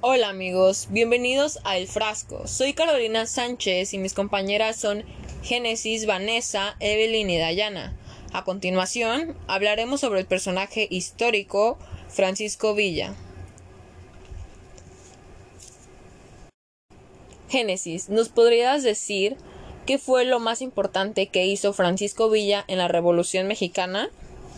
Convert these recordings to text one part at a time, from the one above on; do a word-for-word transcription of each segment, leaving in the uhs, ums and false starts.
Hola amigos, bienvenidos a El Frasco. Soy Carolina Sánchez y mis compañeras son Génesis, Vanessa, Evelyn y Dayana. A continuación, hablaremos sobre el personaje histórico Francisco Villa. Génesis, ¿nos podrías decir qué fue lo más importante que hizo Francisco Villa en la Revolución Mexicana?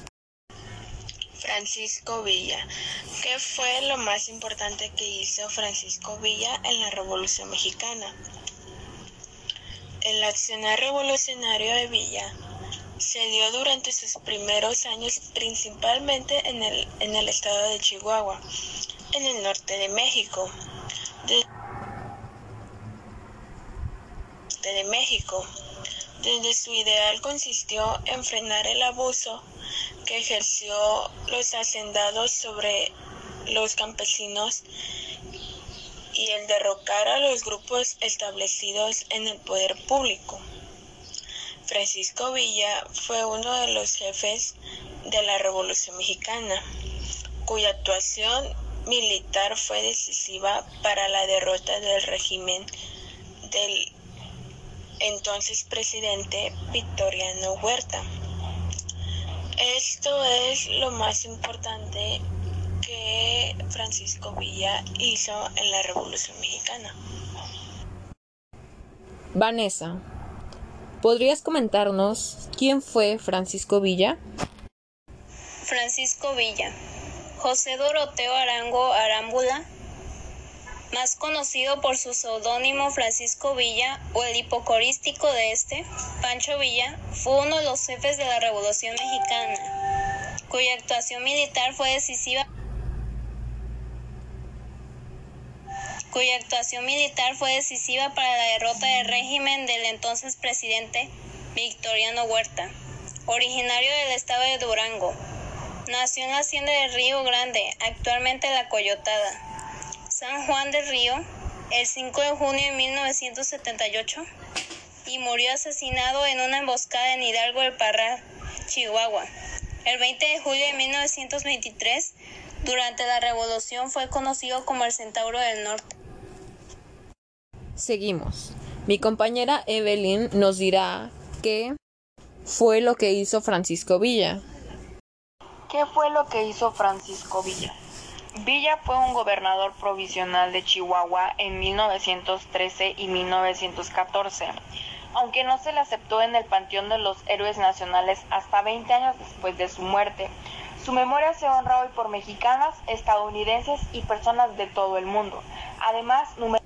Francisco Villa. ¿Qué fue lo más importante que hizo Francisco Villa en la Revolución Mexicana? El accionar revolucionario de Villa se dio durante sus primeros años principalmente en el, en el estado de Chihuahua, en el norte de México. De, de México, donde su ideal consistió en frenar el abuso que ejerció los hacendados sobre los campesinos y el derrocar a los grupos establecidos en el poder público. Francisco Villa fue uno de los jefes de la Revolución Mexicana, cuya actuación militar fue decisiva para la derrota del régimen del entonces presidente Victoriano Huerta. Esto es lo más importante que Francisco Villa hizo en la Revolución Mexicana. Vanessa, ¿podrías comentarnos quién fue Francisco Villa? Francisco Villa, José Doroteo Arango Arámbula, más conocido por su seudónimo Francisco Villa o el hipocorístico de este, Pancho Villa, fue uno de los jefes de la Revolución Mexicana, cuya actuación militar fue decisiva cuya actuación militar fue decisiva para la derrota del régimen del entonces presidente Victoriano Huerta, originario del estado de Durango. Nació en la hacienda de Río Grande, actualmente La Coyotada, San Juan del Río, el cinco de junio de mil novecientos setenta y ocho, y murió asesinado en una emboscada en Hidalgo del Parral, Chihuahua. El veinte de julio de mil novecientos veintitrés, durante la Revolución, fue conocido como el Centauro del Norte. Seguimos. Mi compañera Evelyn nos dirá qué fue lo que hizo Francisco Villa. ¿Qué fue lo que hizo Francisco Villa? Villa fue un gobernador provisional de Chihuahua en mil novecientos trece y mil novecientos catorce, aunque no se le aceptó en el Panteón de los Héroes Nacionales hasta veinte años después de su muerte. Su memoria se honra hoy por mexicanas, estadounidenses y personas de todo el mundo. Además, numer-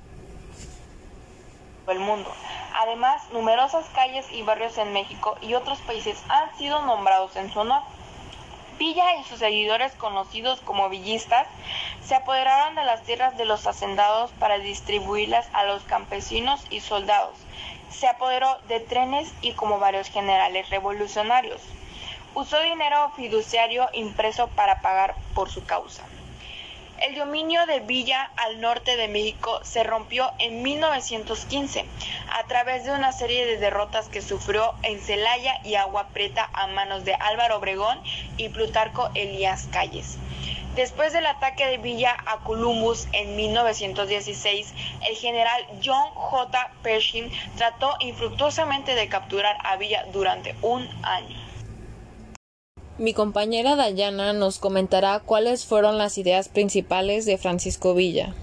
el mundo. Además, numerosas calles y barrios en México y otros países han sido nombrados en su honor. Villa y sus seguidores, conocidos como villistas, se apoderaron de las tierras de los hacendados para distribuirlas a los campesinos y soldados. Se apoderó de trenes y como varios generales revolucionarios. Usó dinero fiduciario impreso para pagar por su causa. El dominio de Villa al norte de México se rompió en mil novecientos quince a través de una serie de derrotas que sufrió en Celaya y Agua Prieta a manos de Álvaro Obregón y Plutarco Elías Calles. Después del ataque de Villa a Columbus en mil novecientos dieciséis, el general John J. Pershing trató infructuosamente de capturar a Villa durante un año. Mi compañera Dayana nos comentará cuáles fueron las ideas principales de Francisco Villa.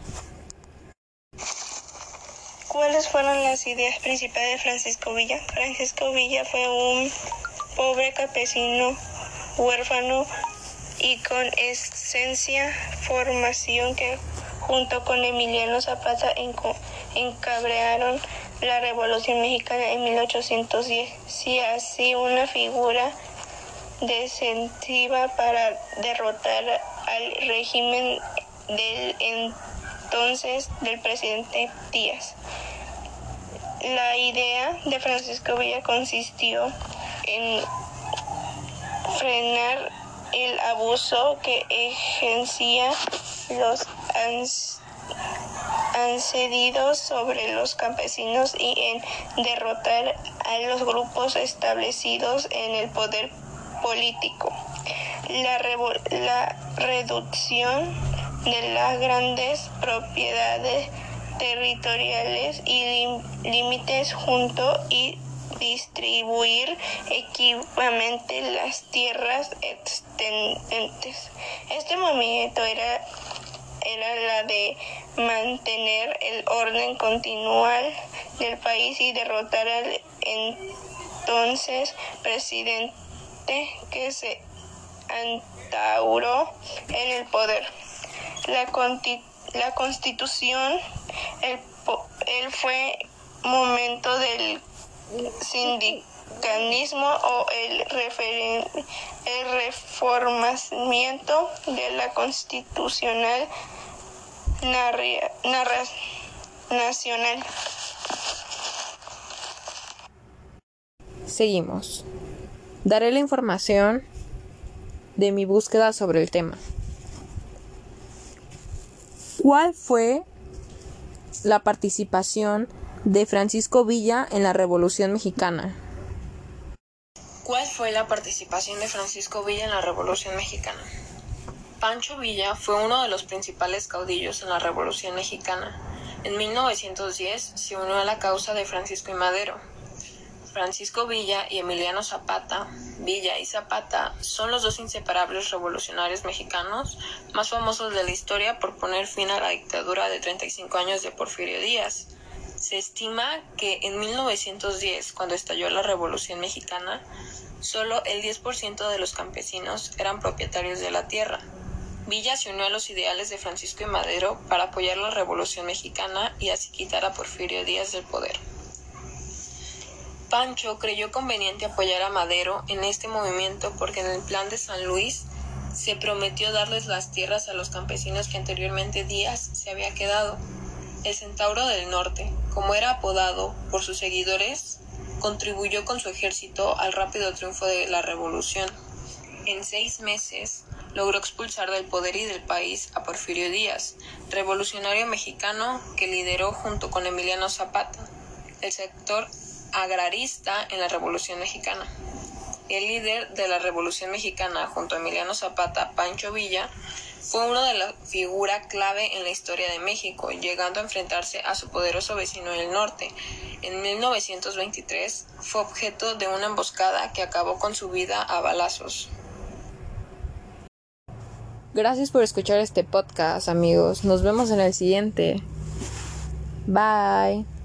¿Cuáles fueron las ideas principales de Francisco Villa? Francisco Villa fue un pobre campesino huérfano y con esencia formación que junto con Emiliano Zapata encabrearon la Revolución Mexicana en mil ochocientos diez. Sí, así una figura decisiva para derrotar al régimen del entonces del presidente Díaz. La idea de Francisco Villa consistió en frenar el abuso que ejercían los hacendados sobre los campesinos y en derrotar a los grupos establecidos en el poder político. La, revo- la reducción de las grandes propiedades territoriales y límites juntos y distribuir equitativamente las tierras existentes. Este movimiento era, era la de mantener el orden continual del país y derrotar al entonces presidente que se instauró en el poder. La, conti, la constitución, el, el fue momento del sindicalismo o el, referen, el reformamiento de la constitucional narra, narra, nacional. Seguimos. Daré la información de mi búsqueda sobre el tema. ¿Cuál fue la participación de Francisco Villa en la Revolución Mexicana? ¿Cuál fue la participación de Francisco Villa en la Revolución Mexicana? Pancho Villa fue uno de los principales caudillos en la Revolución Mexicana. En mil novecientos diez se unió a la causa de Francisco y Madero. Francisco Villa y Emiliano Zapata, Villa y Zapata, son los dos inseparables revolucionarios mexicanos más famosos de la historia por poner fin a la dictadura de treinta y cinco años de Porfirio Díaz. Se estima que en mil novecientos diez, cuando estalló la Revolución Mexicana, solo el diez por ciento de los campesinos eran propietarios de la tierra. Villa se unió a los ideales de Francisco y Madero para apoyar la Revolución Mexicana y así quitar a Porfirio Díaz del poder. Pancho creyó conveniente apoyar a Madero en este movimiento porque en el Plan de San Luis se prometió darles las tierras a los campesinos que anteriormente Díaz se había quedado. El Centauro del Norte, como era apodado por sus seguidores, contribuyó con su ejército al rápido triunfo de la revolución. En seis meses logró expulsar del poder y del país a Porfirio Díaz, revolucionario mexicano que lideró junto con Emiliano Zapata el sector agrarista en la Revolución Mexicana. El líder de la Revolución Mexicana junto a Emiliano Zapata, Pancho Villa, fue una de las figuras clave en la historia de México, llegando a enfrentarse a su poderoso vecino del norte. En mil novecientos veintitrés fue objeto de una emboscada que acabó con su vida a balazos. Gracias por escuchar este podcast, amigos. Nos vemos en el siguiente. Bye.